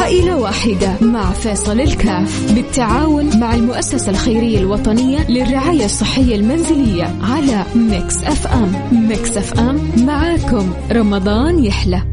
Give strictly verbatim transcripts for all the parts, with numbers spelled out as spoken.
عائلة واحدة مع فيصل الكاف بالتعاون مع المؤسسة الخيرية الوطنية للرعاية الصحية المنزلية على ميكس أف أم. ميكس أف أم معاكم رمضان يحلى.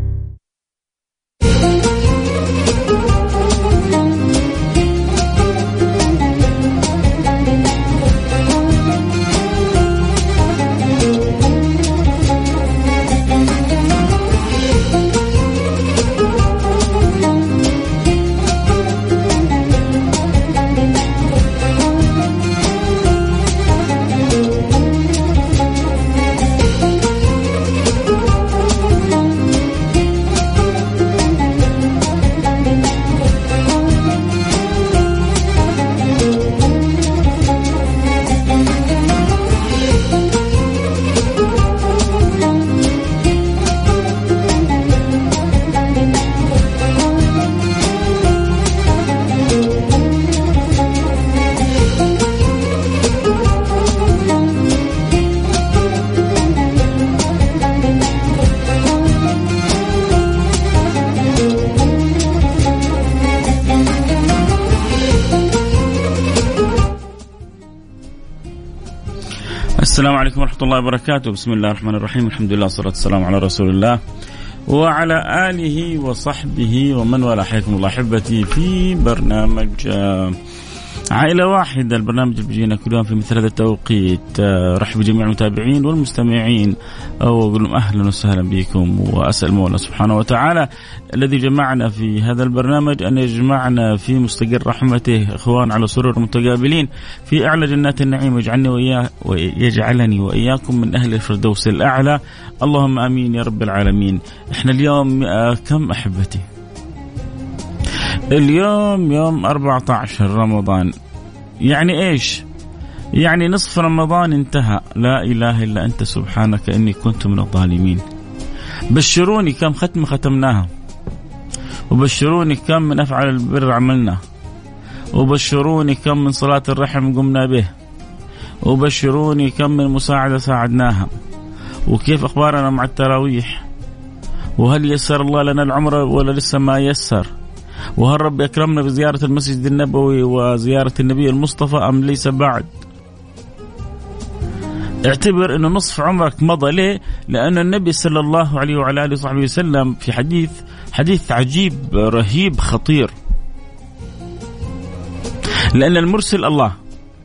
السلام عليكم ورحمة الله وبركاته. بسم الله الرحمن الرحيم. الحمد لله والصلاة والسلام على رسول الله وعلى آله وصحبه ومن والاه. حياكم الله أحبتي في برنامج عائلة واحدة، البرنامج اللي بيجينا كل يوم في مثل هذا التوقيت. رحب بجميع المتابعين والمستمعين وأقول لهم أهلا وسهلا بكم، وأسأل المولى سبحانه وتعالى الذي جمعنا في هذا البرنامج أن يجمعنا في مستقر رحمته إخوان على سرور متقابلين في أعلى جنات النعيم، ويجعلني وإياه ويجعلني وإياكم من أهل الفردوس الأعلى، اللهم آمين يا رب العالمين. إحنا اليوم كم أحبتي؟ اليوم يوم أربعة عشر رمضان. يعني إيش؟ يعني نصف رمضان انتهى. لا إله إلا أنت سبحانك إني كنت من الظالمين. بشروني كم ختمة ختمناها، وبشروني كم من أفعال البر عملنا، وبشروني كم من صلاة الرحم قمنا به، وبشروني كم من مساعدة ساعدناها، وكيف أخبارنا مع التراويح، وهل يسر الله لنا العمر ولا لسه ما يسر، وهل رب أكرمنا بزيارة المسجد النبوي وزيارة النبي المصطفى أم ليس بعد. اعتبر أنه نصف عمرك مضى. ليه؟ لأن النبي صلى الله عليه وعلى آله وصحبه وسلم في حديث حديث عجيب رهيب خطير، لأن المرسل الله،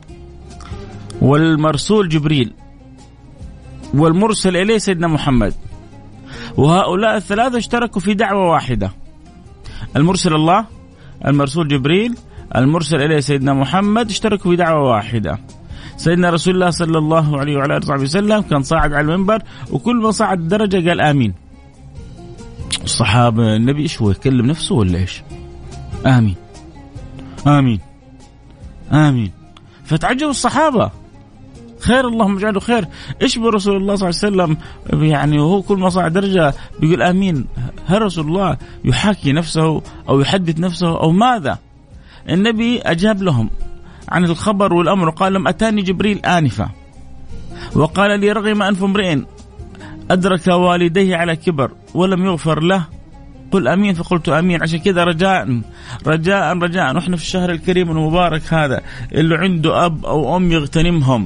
والمرسول جبريل، والمرسل إليه سيدنا محمد، وهؤلاء الثلاثة اشتركوا في دعوة واحدة. المرسل الله، المرسول جبريل، المرسل إليه سيدنا محمد اشتركوا في دعوة واحدة. سيدنا رسول الله صلى الله عليه وعلى آله وصحبه وسلم كان صاعد على المنبر، وكل ما صعد درجة قال آمين. الصحابة النبي إيش هو يكلم نفسه ولا إيش؟ آمين آمين آمين. فتعجبوا الصحابة، خير اللهم اجعله خير. إيش برسول الله صلى الله عليه وسلم يعني وهو كل ما صعد درجة بيقول آمين؟ هل رسول الله يحاكي نفسه أو يحدث نفسه أو ماذا؟ النبي أجاب لهم عن الخبر والأمر، قال لهم أتاني جبريل آنفا وقال لي رغم أنف امرئ أدرك والديه على كبر ولم يغفر له، قل أمين. فقلت أمين. عشان كذا رجاء رجاء رجاء وإحنا في الشهر الكريم المبارك هذا، اللي عنده أب أو أم يغتنمهم،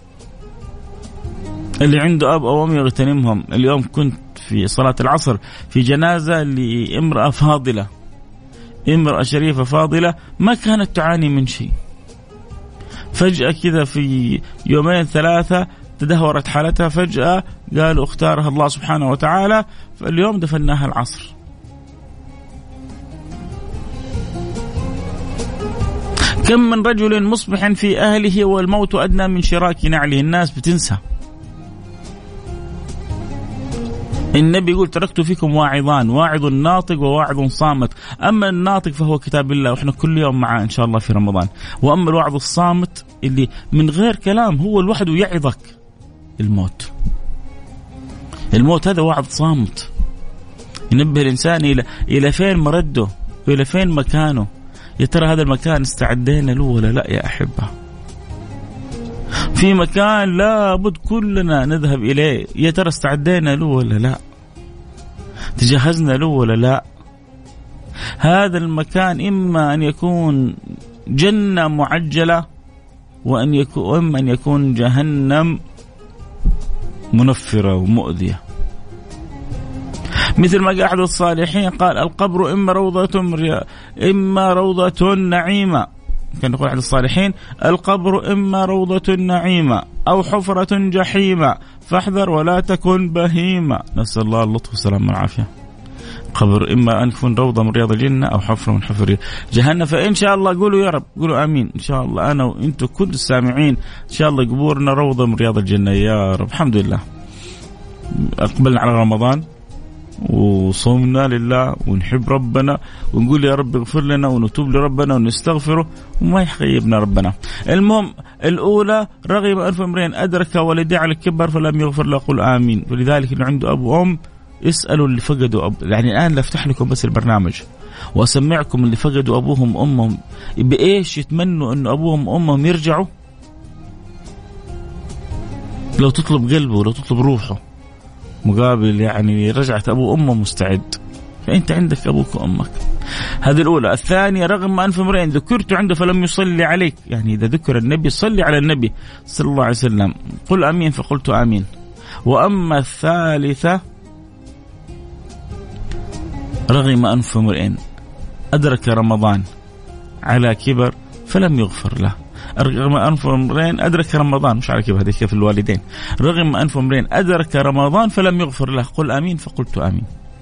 اللي عنده أب أو أم يغتنمهم. اليوم كنت في صلاة العصر في جنازة لامرأة فاضلة، امرأة شريفة فاضلة ما كانت تعاني من شيء، فجأة كذا في يومين ثلاثة تدهورت حالتها، فجأة قالوا اختارها الله سبحانه وتعالى، فاليوم دفناها العصر. كم من رجل مصبح في أهله والموت أدنى من شراك نعله. الناس بتنسى. النبي يقول تركت فيكم واعظان، واعظ ناطق وواعظ صامت. أما الناطق فهو كتاب الله، وإحنا كل يوم معاه إن شاء الله في رمضان. وأما الواعظ الصامت اللي من غير كلام هو الوحده يعظك، الموت. الموت هذا واعظ صامت ينبه الإنسان إلى إلى فين مرده وإلى فين مكانه. يا ترى هذا المكان استعدينا له ولا لا يا أحبة؟ في مكان لابد كلنا نذهب إليه، يا ترى استعدينا له ولا لا؟ تجهزنا له ولا لا؟ هذا المكان إما أن يكون جنة معجلة وأن يكون إما أن يكون جهنم منفرة ومؤذية. مثل ما قال أحد الصالحين قال القبر إما روضة إما روضة نعيمة. كان يقول أحد الصالحين القبر إما روضة نعيمة أو حفرة جحيمة فاحذر ولا تكن بهيمة. نسأل الله اللطف والسلام والعافية. قبر إما أن يكون روضة من رياض الجنة أو حفرة من حفر جهنم. فإن شاء الله قولوا يا رب، قولوا آمين. إن شاء الله أنا وإنتم كل السامعين إن شاء الله قبورنا روضة من رياض الجنة يا رب. الحمد لله أقبلنا على رمضان وصومنا لله ونحب ربنا ونقول يا رب اغفر لنا ونتوب لربنا ونستغفره وما يخيبنا ربنا. المهم الأولى رغم أنف امرئ أدرك والديه على الكبر فلم يغفر له قل آمين. فلذلك اللي عنده أب وأم اسألوا اللي فقدوا أب. يعني الآن لفتح لكم بس البرنامج وأسمعكم اللي فقدوا أبوهم وأمهم بإيش يتمنوا أن أبوهم وأمهم يرجعوا. لو تطلب قلبه ولو تطلب روحه مقابل يعني رجعت أبو وأمه مستعد. فأنت عندك أبوك وأمك. هذه الأولى. الثانية رغم أنف امرئ ذكرت عنده فلم يصلي عليك. يعني إذا ذكر النبي صلي على النبي صلى الله عليه وسلم قل آمين فقلت آمين. وأما الثالثة رغم أنف امرئ أدرك رمضان على كبر فلم يغفر له. رغم أنف امرئ أدرك رمضان مش على كبر، هذه كيف الوالدين. رغم أنف امرئ أدرك رمضان فلم يغفر له قل آمين فقلت آمين.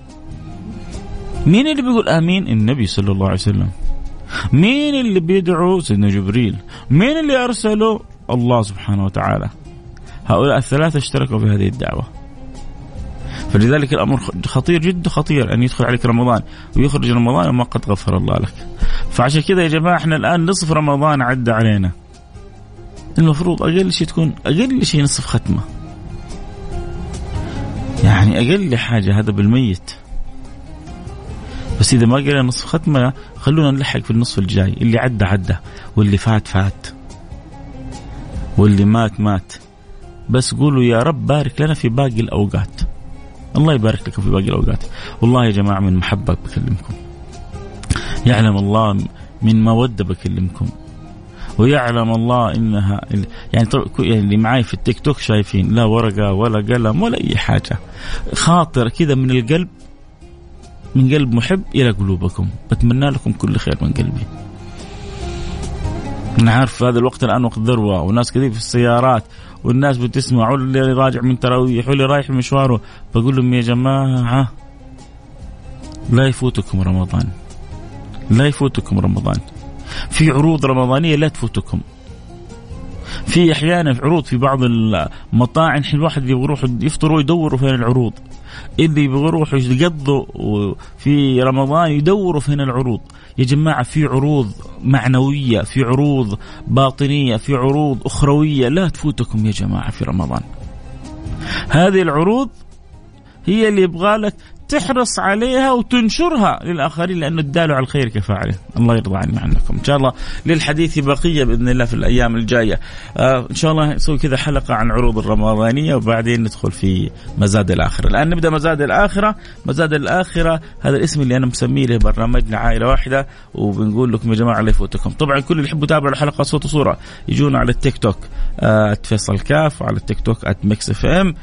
مين اللي بيقول آمين؟ النبي صلى الله عليه وسلم. مين اللي بيدعو؟ سيدنا جبريل. مين اللي أرسله؟ الله سبحانه وتعالى. هؤلاء الثلاثة اشتركوا في هذه الدعوة. فلذلك الأمر خطير جدا خطير أن يدخل عليك رمضان ويخرج رمضان وما قد غفر الله لك. فعشان كذا يا جماعة احنا الآن نصف رمضان عدى علينا. المفروض أقل شيء تكون أقل شيء نصف ختمة. يعني أقل حاجة هذا بالميت. بس إذا ما قلنا نصف ختمة خلونا نلحق في النصف الجاي. اللي عدى عدى واللي فات فات واللي مات مات. بس قولوا يا رب بارك لنا في باقي الأوقات. الله يبارك لكم في باقي الأوقات. والله يا جماعة من محبة بكلمكم، يعلم الله من مودة بكلمكم، ويعلم الله إنها يعني يعني اللي معاي في التيك توك شايفين لا ورقة ولا قلم ولا أي حاجة، خاطر كذا من القلب، من قلب محب إلى قلوبكم. بتمنى لكم كل خير من قلبي. أنا عارف هذا الوقت الآن وقت ذروة وناس كثير في السيارات والناس بتسمع واللي راجع من تراويح واللي رايح مشواره. بقول لهم يا جماعة لا يفوتكم رمضان، لا يفوتكم رمضان. في عروض رمضانية لا تفوتكم. في أحيانا في عروض في بعض المطاعم حين الواحد يبغى يروح يفطروا يدوروا فين العروض. اللي يبغى يروح يقضوا في رمضان يدوروا فين العروض. يا جماعة في عروض معنوية، في عروض باطنية، في عروض أخروية لا تفوتكم يا جماعة في رمضان. هذه العروض هي اللي يبغى لك تحرص عليها وتنشرها للآخرين، لأنه الدال على الخير كفاعله. الله يرضى عني عنكم. إن شاء الله للحديث بقية بإذن الله في الأيام الجاية. آه إن شاء الله نسوي كذا حلقة عن عروض الرمضانية وبعدين ندخل في مزاد الآخرة. الآن نبدأ مزاد الآخرة. مزاد الآخرة هذا الاسم اللي أنا مسميه له برنامجنا عائلة واحدة، وبنقول لكم يا جماعة لا يفوتكم. طبعا كل اللي يحبوا يتابعوا الحلقة صوت وصورة يجونا على التيك توك آه فيصل كاف، وعلى التيك توك ات ميكس اف ام.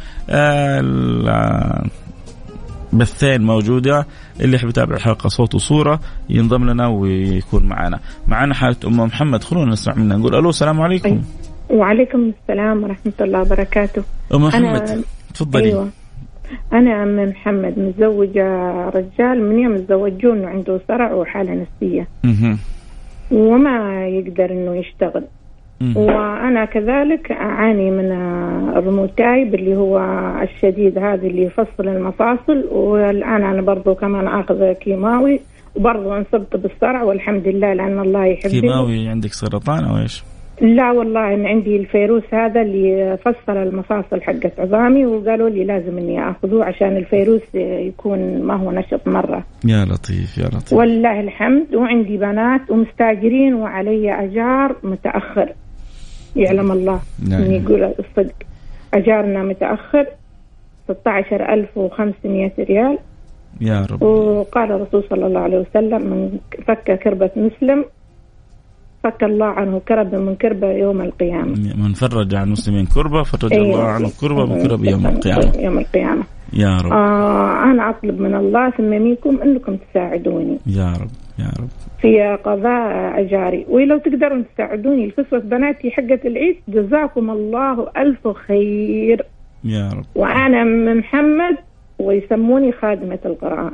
آه بثين موجودة. اللي يحب يتابع الحلقة صوت وصورة ينضم لنا ويكون معنا. معنا حالة أم محمد، خلونا نسمع منها. نقول ألو السلام عليكم. وعليكم السلام ورحمة الله وبركاته. أم محمد تفضلي. أيوة. أنا أم محمد متزوجة رجال من يوم تزوجون عنده صرع وحالة نفسية م- وما يقدر إنه يشتغل. وأنا كذلك أعاني من الروماتيزم اللي هو الشديد هذا اللي يفصل المفاصل، والآن أنا برضو كمان أخذ كيماوي وبرضو انصبت بالصرع والحمد لله لأن الله يحبني. كيماوي عندك سرطان أو إيش؟ لا والله إن عندي الفيروس هذا اللي فصل المفاصل حقت عظامي، وقالوا لي لازم إني أخذوه عشان الفيروس يكون ما هو نشط مرة. يا لطيف يا لطيف. والله الحمد. وعندي بنات ومستاجرين وعلي أجار متأخر، يعلم الله من يقول الصدق. أجارنا متأخر ستة عشر ألف وخمسمائة ريال يا رب. وقال الرسول صلى الله عليه وسلم من فك كربة مسلم فك الله عنه كربة من كربة يوم القيامة. من فرج عن المسلمين كربة فرج أيوة. الله عنه كربة من كربة يوم القيامة. يوم القيامة يا رب. آه أنا أطلب من الله ثم منكم أنكم تساعدوني يا رب يا رب في قضاء أجاري، ولو تقدرون تساعدوني لكسوة بناتي حقة العيد جزاكم الله ألف خير يا رب. وأنا أم محمد ويسموني خادمة القرآن.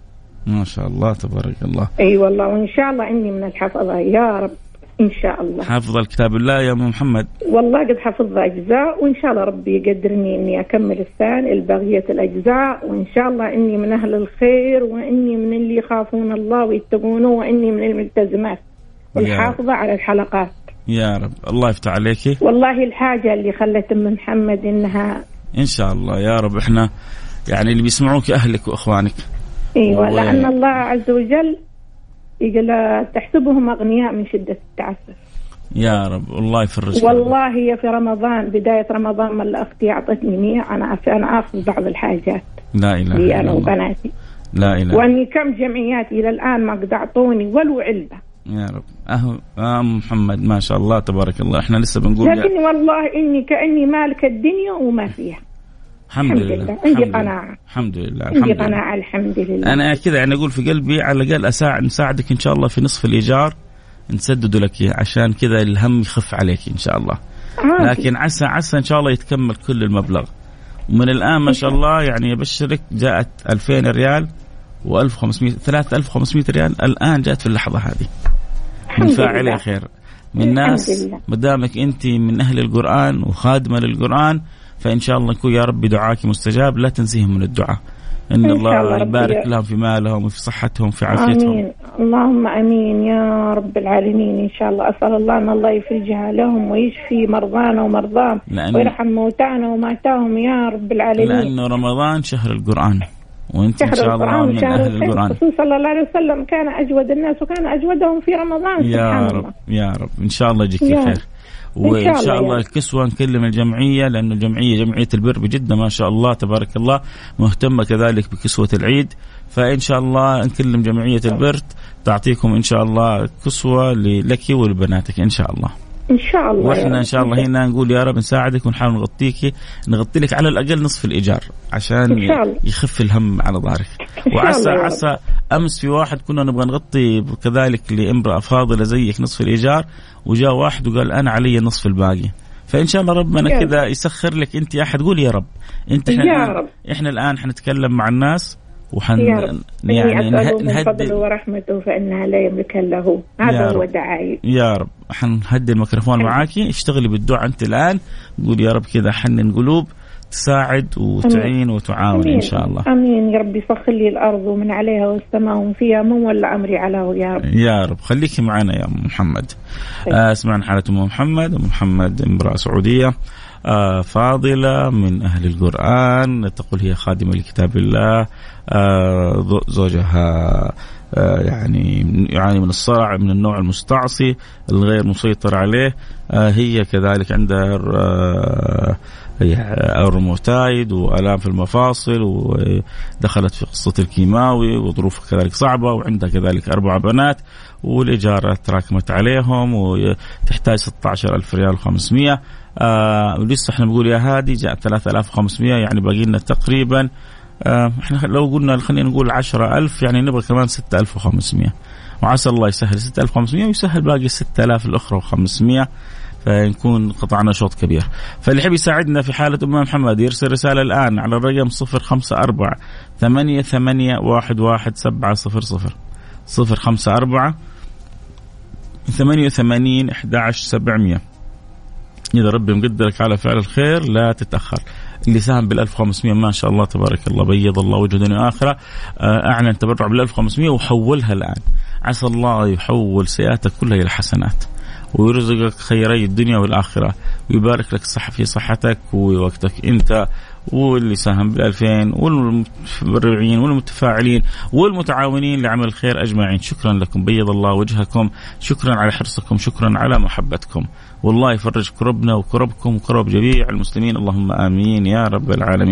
ما شاء الله تبارك الله. أي أيوة والله، وإن شاء الله إني من الحفظة يا رب إن شاء الله. حافظ الكتاب الله يا أم محمد؟ والله قد حفظ أجزاء، وإن شاء الله ربي يقدرني إني أكمل الثاني البقية الأجزاء، وإن شاء الله إني من أهل الخير وإني من اللي يخافون الله ويتقونه وإني من الملتزمات والحافظة على الحلقات. يا رب الله يفتح عليكي. والله الحاجة اللي خلت أم محمد إنها إن شاء الله يا رب إحنا يعني اللي بيسمعوك أهلك وأخوانك. أيوة و... لأن الله عز وجل يقول تحسبهم أغنياء من شدة التعسف. يا رب الله يفرج. والله هي في رمضان بداية رمضان ما أختي أعطتني مية أنا أنا آخذ بعض الحاجات. لا إله إلا الله. أنا وبناتي. لا إله. وأني كم جمعيات إلى الآن ما قد أعطوني ولو علبة. يا رب. أهو آه محمد ما شاء الله تبارك الله إحنا لسه بنقول. لكن والله إني كأني مالك الدنيا وما فيها. الحمد, الحمد لله. عندي قناعة. الحمد لله. عندي قناعة الحمد لله. أنا كذا يعني أقول في قلبي على الأقل أساعد نساعدك إن شاء الله في نصف الإيجار نسدد لك عشان كذا الهم يخف عليك إن شاء الله. آه. لكن عسى عسى إن شاء الله يتكمل كل المبلغ. ومن الآن ما شاء الله يعني يبشرك جاءت ألفين ريال وألف وخمسمائة ثلاثة آلاف وخمسمائة ريال الآن جاءت في اللحظة هذه. من فاعل خير من ناس مدامك أنت من أهل القرآن وخادمة للقرآن فإن شاء الله يكون يا رب دعاك مستجاب. لا تنسيهم من الدعاء إن, إن الله يبارك لهم في مالهم وفي صحتهم في عافيتهم. آمين. اللهم أمين يا رب العالمين. إن شاء الله أسأل الله أن الله يفرجها لهم ويشفي مرضانا ومرضاهم ويرحم موتانا وماتاهم يا رب العالمين. لأنه رمضان شهر القرآن وانت ان شاء الله من اهل القرآن. الرسول صلى الله عليه وسلم كان اجود الناس وكان اجودهم في رمضان. يا رب الله. يا رب ان شاء الله يجيك خير وان شاء, شاء الله الكسوة نكلم الجمعية لأن الجمعية جمعية البر بجدة ما شاء الله تبارك الله مهتمة كذلك بكسوة العيد. فإن شاء الله نكلم جمعية البر تعطيكم إن شاء الله كسوة لك ولبناتك إن شاء الله. إن شاء الله. وإحنا إن شاء الله هنا نقول يا رب نساعدك ونحاول نغطيك نغطي لك على الأقل نصف الإيجار عشان يخف الهم على ظهرك. وعسى عسى أمس في واحد كنا نبغى نغطي كذلك لامرأة فاضلة زيك نصف الإيجار وجاء واحد وقال أنا علي نصف الباقي. فإن شاء الله ربنا كذا يسخر لك أنت أحد قول يا رب أنت يا رب. إحنا الآن حنتكلم مع الناس وحن يعني نهدي فضله ورحمته فإنها لا يملك له. هذا هو دعائي يا رب. حنهدي الميكروفون معاكي اشتغلي بالدعاء أنت الآن قول يا رب كذا حنن قلوب تساعد وتعين وتعاون إن شاء الله. أمين يا رب. يسخر لي الأرض ومن عليها والسماء ومن فيها من ولا أمري علاه يا رب. يا رب خليكي معنا يا أم محمد. آه اسمعنا حالة أم محمد. أم محمد امرأة سعودية آه فاضلة من أهل القرآن تقول هي خادمة لكتاب الله. آه زوجها آه يعني يعاني من الصرع من النوع المستعصي الغير مسيطر عليه. آه هي كذلك عندها آه الروماتايد وآلام في المفاصل ودخلت في قصة الكيماوي وظروفها كذلك صعبة وعندها كذلك أربع بنات والإيجار تراكمت عليهم وتحتاج ستة عشر ألف ريال وخمسمية. آه ولسه احنا بنقول يا هادي جاء ثلاثة آلاف وخمسمية يعني باقي لنا تقريبا آه احنا لو قلنا خلينا نقول عشرة ألف يعني نبغى كمان ستة آلاف وخمسمية وعسى الله يسهل ستة آلاف وخمسمية ويسهل باقي ستة آلاف الأخرى وخمسمية فنكون قطعنا شوط كبير. فاللي يحب يساعدنا في حالة أم محمد يرسل رسالة الآن على الرقم صفر خمسة أربعة ثمانية ثمانية واحد واحد سبعة صفر صفر صفر خمسة أربعة ثمانية ثمانين أحد عشر سبعمية. إذا ربي مقدرك على فعل الخير لا تتأخر. اللي ساهم بالألف وخمسمية ما شاء الله تبارك الله بيض الله وجه دنيا آخرة أعلن تبرع بالألف وخمسمية وحولها الآن. عسى الله يحول سيئاتك كلها إلى حسنات ويرزقك خيري الدنيا والآخرة ويبارك لك صحة في صحتك ووقتك أنت واللي ساهم بالألفين والمتبرعين والمتفاعلين والمتعاونين لعمل الخير أجمعين. شكرا لكم بيض الله وجهكم. شكرا على حرصكم. شكرا على محبتكم. والله يفرج كربنا وكربكم وكرب جميع المسلمين اللهم آمين يا رب العالمين.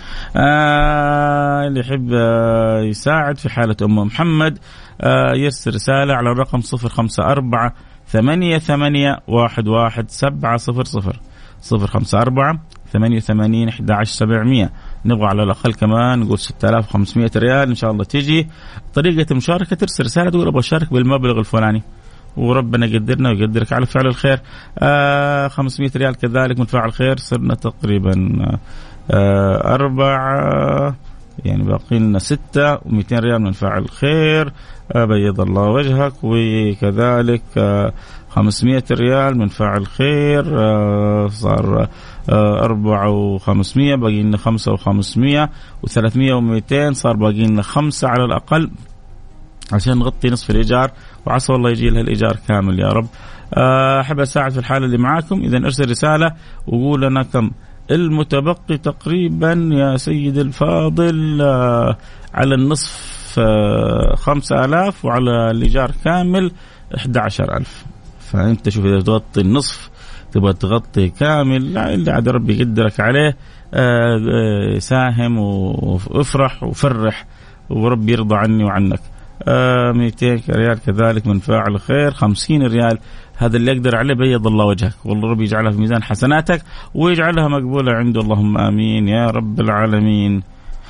آه اللي يحب آه يساعد في حالة أم محمد آه يرسل رسالة على الرقم صفر خمسة أربعة ثمانية ثمانية واحد واحد سبعة صفر صفر صفر خمسة أربعة ثمانية وثمانين أحد عشر سبعمية. نبغى على الأقل كمان نقول ستة آلاف وخمسمية ريال إن شاء الله تيجي. طريقة المشاركة ترسل رسالة تقول أبغى أشارك بالمبلغ الفلاني وربنا يقدرنا ويقدرك على فعل الخير. آه خمسمية ريال كذلك من فاعل خير. صرنا تقريبا آه أربعة يعني باقي لنا ستة ومئتين ريال من فاعل خير. آه بيض الله وجهك. وكذلك آه خمسمية ريال من فاعل خير. آه صار آه أربعة وخمسمية باقي لنا خمسة وخمسمية وثلاثمية ومئتين صار باقي لنا خمسة على الأقل عشان نغطي نصف الإيجار وعسى الله يجي لها الإيجار كامل يا رب. أحب أساعد في الحالة اللي معاكم. إذا أرسل رسالة وقول لنا كم المتبقي تقريبا يا سيد الفاضل. على النصف خمسة آلاف وعلى الإيجار كامل أحد عشر ألف. فأنت شوف إذا تغطي النصف تبغى تغطي كامل اللي عاد ربي يقدرك عليه. ساهم وافرح وفرح وربي يرضى عني وعنك. آه مئتين ريال كذلك من فاعل خير. خمسين ريال هذا اللي يقدر عليه بيض الله وجهك والله ربي يجعلها في ميزان حسناتك ويجعلها مقبولة عنده اللهم آمين يا رب العالمين.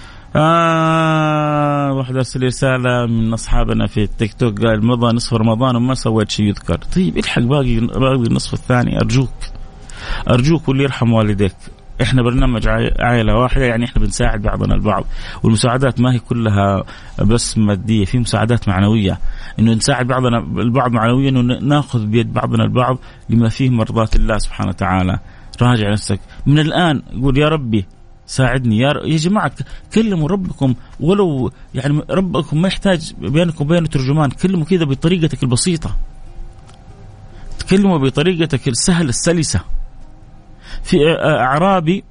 آه واحد أرسل رسالة من أصحابنا في التيك توك قال مضى نصف رمضان وما سويت شيء يذكر. طيب الحق باقي باقي النصف الثاني أرجوك أرجوك واللي يرحم والديك. احنا برنامج عائلة واحدة يعني احنا بنساعد بعضنا البعض والمساعدات ما هي كلها بس مادية في مساعدات معنوية انه نساعد بعضنا البعض معنويا انه ناخذ بيد بعضنا البعض لما فيه مرضاة الله سبحانه وتعالى. راجع نفسك من الآن قول يا ربي ساعدني يا, ر... يا جماعة كلموا ربكم ولو يعني ربكم ما يحتاج بينكم وبينه ترجمان. كلموا كذا بطريقتك البسيطة تكلموا بطريقتك السهلة السلسة. في أعرابي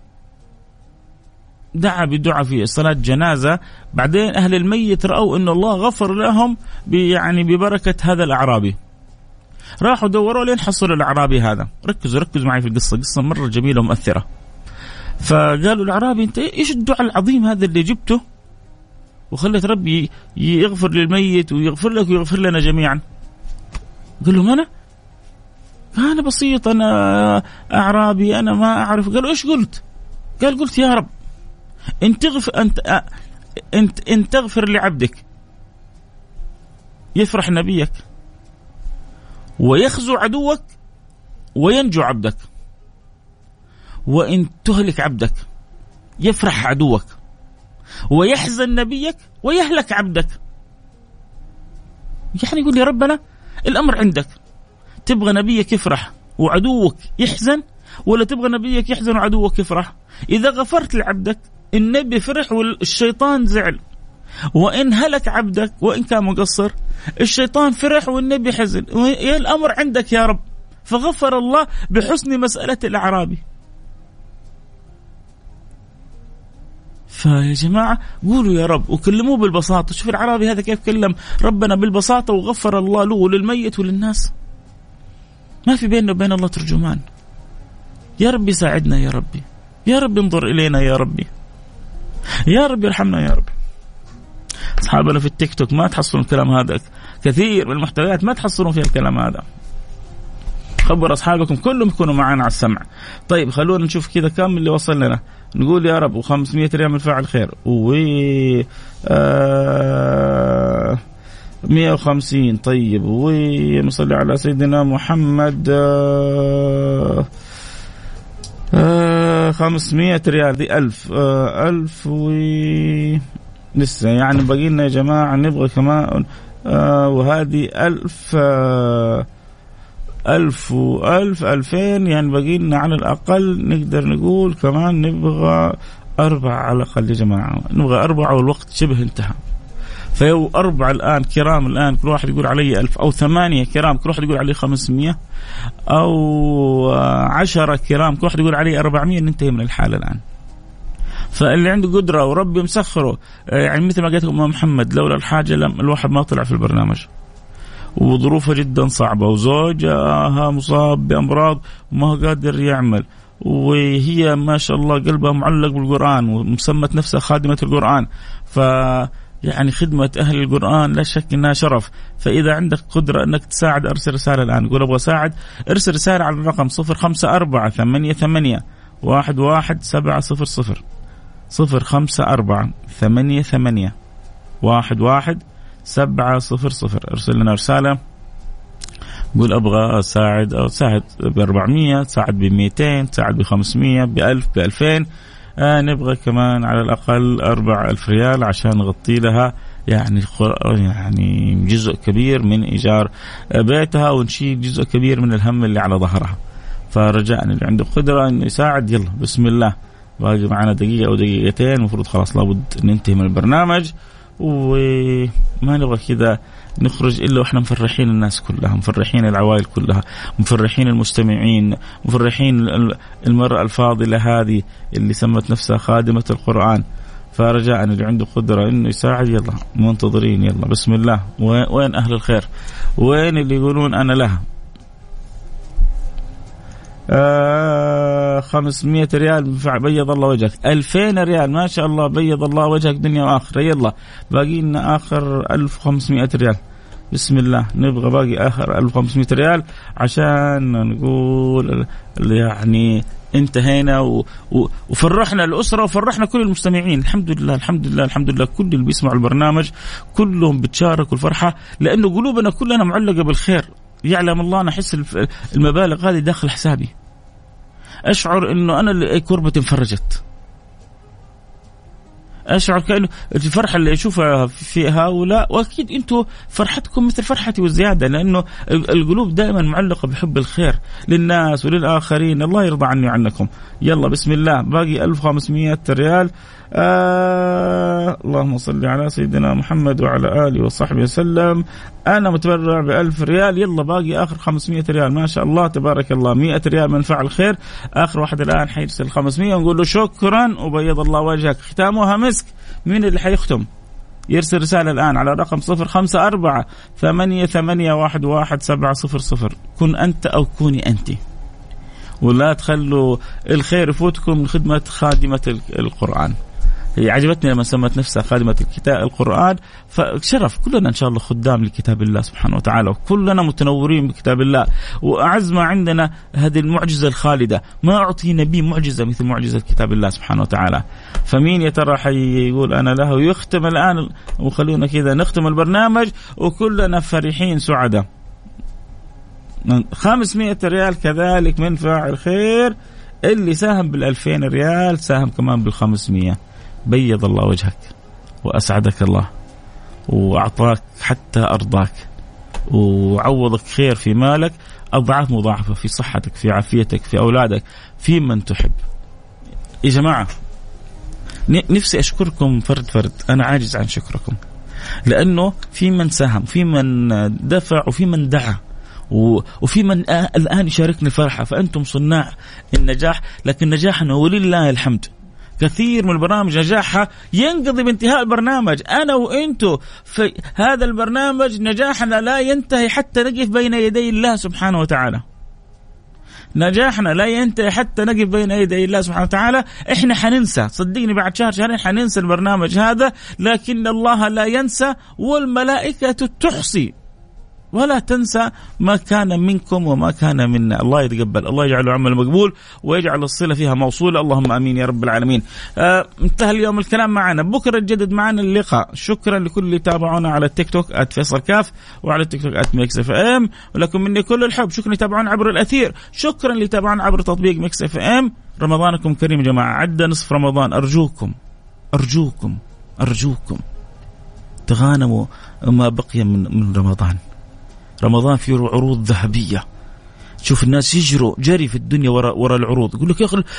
دعا بدعاء في صلاة جنازة بعدين أهل الميت رأوا أن الله غفر لهم يعني ببركة هذا الأعرابي. راحوا دوروا لين حصلوا الأعرابي هذا. ركزوا ركزوا معي في القصة قصة مرة جميلة ومؤثرة. فقالوا الأعرابي أنت إيش الدعاء العظيم هذا اللي جبته وخلت ربي يغفر للميت ويغفر لك ويغفر لنا جميعا؟ قال لهم أنا أنا بسيط أنا أعرابي أنا ما أعرف. قالوا إيش قلت؟ قال قلت يا رب أنت تغفر أنت أنت أنت تغفر لعبدك يفرح نبيك ويخزو عدوك وينجو عبدك وإن تهلك عبدك يفرح عدوك ويحزن نبيك ويهلك عبدك. يعني يقول يا ربنا الأمر عندك تبغى نبيك يفرح وعدوك يحزن ولا تبغى نبيك يحزن وعدوك يفرح؟ إذا غفرت لعبدك النبي فرح والشيطان زعل وإن هلك عبدك وإن كان مقصر الشيطان فرح والنبي حزن. الأمر عندك يا رب. فغفر الله بحسن مسألة الأعرابي. فيا جماعة قولوا يا رب وكلموه بالبساطة. شوف العربي هذا كيف كلم ربنا بالبساطة وغفر الله له وللميت وللناس. ما في بيننا وبين الله ترجمان. يا ربي ساعدنا يا ربي يا ربي انظر إلينا يا ربي يا ربي ارحمنا يا ربي. أصحابنا في التيك توك ما تحصلون الكلام هذا. كثير من المحتويات ما تحصلون فيها الكلام هذا. خبر أصحابكم كلهم يكونوا معنا على السمع. طيب خلونا نشوف كذا كم اللي وصل لنا. نقول يا رب وخمسمية ريال من فاعل خير و آه مئة وخمسين. طيب ونصلي على سيدنا محمد آه آه خمسمية ريال دي ألف آه ألف و لسه يعني باقي لنا يا جماعة نبغى كمان آه وهذه ألف آه ألف وألف ألفين يعني باقي لنا على الأقل نقدر نقول كمان نبغى أربعة على الأقل يا جماعة. نبغى أربعة والوقت شبه انتهى. فيو أربعة الآن كرام الآن كل واحد يقول علي ألف أو ثمانية كرام كل واحد يقول علي خمسمية أو عشرة كرام كل واحد يقول علي أربعمية. ننتهي من الحالة الآن. فاللي عنده قدرة وربي مسخره يعني مثل ما قالت أم محمد لولا الحاجة لم الواحد ما طلع في البرنامج وظروفه جدا صعبة وزوجها مصاب بأمراض وما هو قادر يعمل وهي ما شاء الله قلبها معلق بالقرآن ومسمت نفسها خادمة القرآن. ف يعني خدمة أهل القرآن لا شك أنها شرف. فإذا عندك قدرة أنك تساعد أرسل رسالة الآن، قول أبغى أساعد، ارسل رسالة على الرقم صفر خمسة أربعة ثمانية ثمانية واحد واحد سبعة صفر صفر صفر خمسة أربعة ثمانية ثمانية واحد واحد سبعة صفر صفر. ارسل لنا رسالة قول أبغى أساعد، أو تساعد بأربعمية، تساعد بمئتين، تساعد بخمسمية، بألف، بألفين. آه نبغى كمان على الأقل أربع ألف ريال عشان نغطي لها يعني يعني جزء كبير من إيجار بيتها، ونشيل جزء كبير من الهم اللي على ظهرها. فرجاء اللي عنده قدرة إنه يساعد يلا بسم الله. باقي معنا دقيقة أو دقيقتين، مفروض خلاص لابد ننتهي من البرنامج، وما نبغى كذا نخرج إلا وإحنا مفرحين الناس كلها، مفرحين العوائل كلها، مفرحين المستمعين، مفرحين المرأة الفاضلة هذه اللي سمت نفسها خادمة القرآن. فرجاء اللي عنده قدرة إنه يساعد يلا منتظرين يلا بسم الله. وين أهل الخير؟ وين اللي يقولون أنا لها؟ آه خمسمية ريال بيض الله وجهك، ألفين ريال ما شاء الله بيض الله وجهك دنيا وآخرة. يلا باقي لنا آخر ألف وخمسمية ريال بسم الله. نبغى باقي آخر ألف وخمسمية ريال عشان نقول يعني انتهينا و... و... وفرحنا الأسرة وفرحنا كل المستمعين. الحمد لله الحمد لله الحمد لله. كل اللي بيسمعوا البرنامج كلهم بتشاركوا الفرحة، لأنه قلوبنا كلنا معلقة بالخير. يعلم الله أنا أحس المبالغ هذه داخل حسابي، أشعر إنه أنا اللي كربتي انفرجت، أشعر كأنه الفرحة اللي أشوفها في هؤلاء، وأكيد أنتوا فرحتكم مثل فرحتي وزيادة، لأنه القلوب دائما معلقة بحب الخير للناس وللآخرين. الله يرضى عني وعنكم. يلا بسم الله. باقي ألف وخمسمية ريال. آه اللهم صل على سيدنا محمد وعلى آله وصحبه وسلم. أنا متبرع بألف ريال. يلا باقي آخر خمسمية ريال ما شاء الله تبارك الله، مئة ريال من فعل خير. آخر واحد الآن حيرسل خمسمية ونقول له شكرا وبيض الله وجهك. ختامها مسك. مين اللي حيختم؟ يرسل رسالة الآن على رقم صفر خمسة أربعة ثمانية ثمانية واحد واحد سبعة صفر صفر. كن أنت أو كوني أنت، ولا تخلوا الخير يفوتكم من خدمة خادمة القرآن. هي عجبتني لما سمت نفسها خادمة الكتاب القرآن، فشرف كلنا إن شاء الله خدام لكتاب الله سبحانه وتعالى، وكلنا متنورين بكتاب الله. وأعز ما عندنا هذه المعجزة الخالدة، ما أعطي نبي معجزة مثل معجزة كتاب الله سبحانه وتعالى. فمين يا ترى حيقول أنا له؟ ويختم الآن، وخلونا كذا نختم البرنامج وكلنا فرحين سعداء. خمسمائة ريال كذلك من فاعل خير. اللي ساهم بالألفين ريال ساهم كمان بالخمسمية. بيض الله وجهك وأسعدك الله وأعطاك حتى أرضاك وعوضك خير في مالك أضعاف مضاعفة، في صحتك، في عافيتك، في أولادك، في من تحب. يا جماعة نفسي أشكركم فرد فرد، أنا عاجز عن شكركم، لأنه في من ساهم، في من دفع، وفي من دعا، وفي من الآن يشاركني الفرحة. فأنتم صناع النجاح، لكن نجاحنا ولله الحمد. كثير من البرامج نجاحها ينقضي بانتهاء البرنامج. أنا وإنتو في هذا البرنامج نجاحنا لا ينتهي حتى نقف بين يدي الله سبحانه وتعالى. نجاحنا لا ينتهي حتى نقف بين يدي الله سبحانه وتعالى. إحنا حننسى، صدقني بعد شهر شهرين حننسى البرنامج هذا، لكن الله لا ينسى والملائكة تحصي ولا تنسى ما كان منكم وما كان منا. الله يتقبل، الله يجعله عمل مقبول ويجعل الصلة فيها موصولة، اللهم آمين يا رب العالمين. آه انتهى اليوم الكلام معنا، بكرة نجدد معنا اللقاء. شكرا لكل اللي تابعونا على التيك توك آت فيصل كاف، وعلى التيك توك آت ميكس اف ام، ولكم مني كل الحب. شكرا لتابعونا عبر الأثير، شكرا لتابعونا عبر تطبيق ميكس اف ام. رمضانكم كريم يا جماعة، عدى نصف رمضان. أرجوكم أرجوكم أرجوكم تغانموا ما بقي من من رمضان. رمضان فيه عروض ذهبية. شوف الناس يجروا جري في الدنيا ورا ورا العروض. يقول لك يا أخي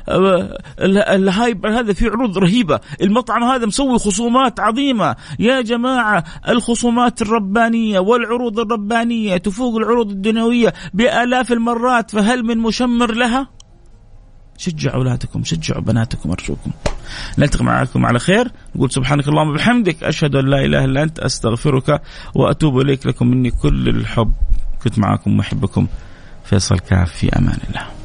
الهايب هذا فيه عروض رهيبة، المطعم هذا مسوي خصومات عظيمة. يا جماعة الخصومات الربانية والعروض الربانية تفوق العروض الدنيوية بآلاف المرات، فهل من مشمر لها؟ شجعوا أولادكم، شجعوا بناتكم أرجوكم. نلتقي معكم على خير. نقول سبحانك اللهم وبحمدك، أشهد أن لا إله إلا أنت، أستغفرك وأتوب إليك. لكم مني كل الحب. كنت معكم محبكم فيصل كاف، في أمان الله.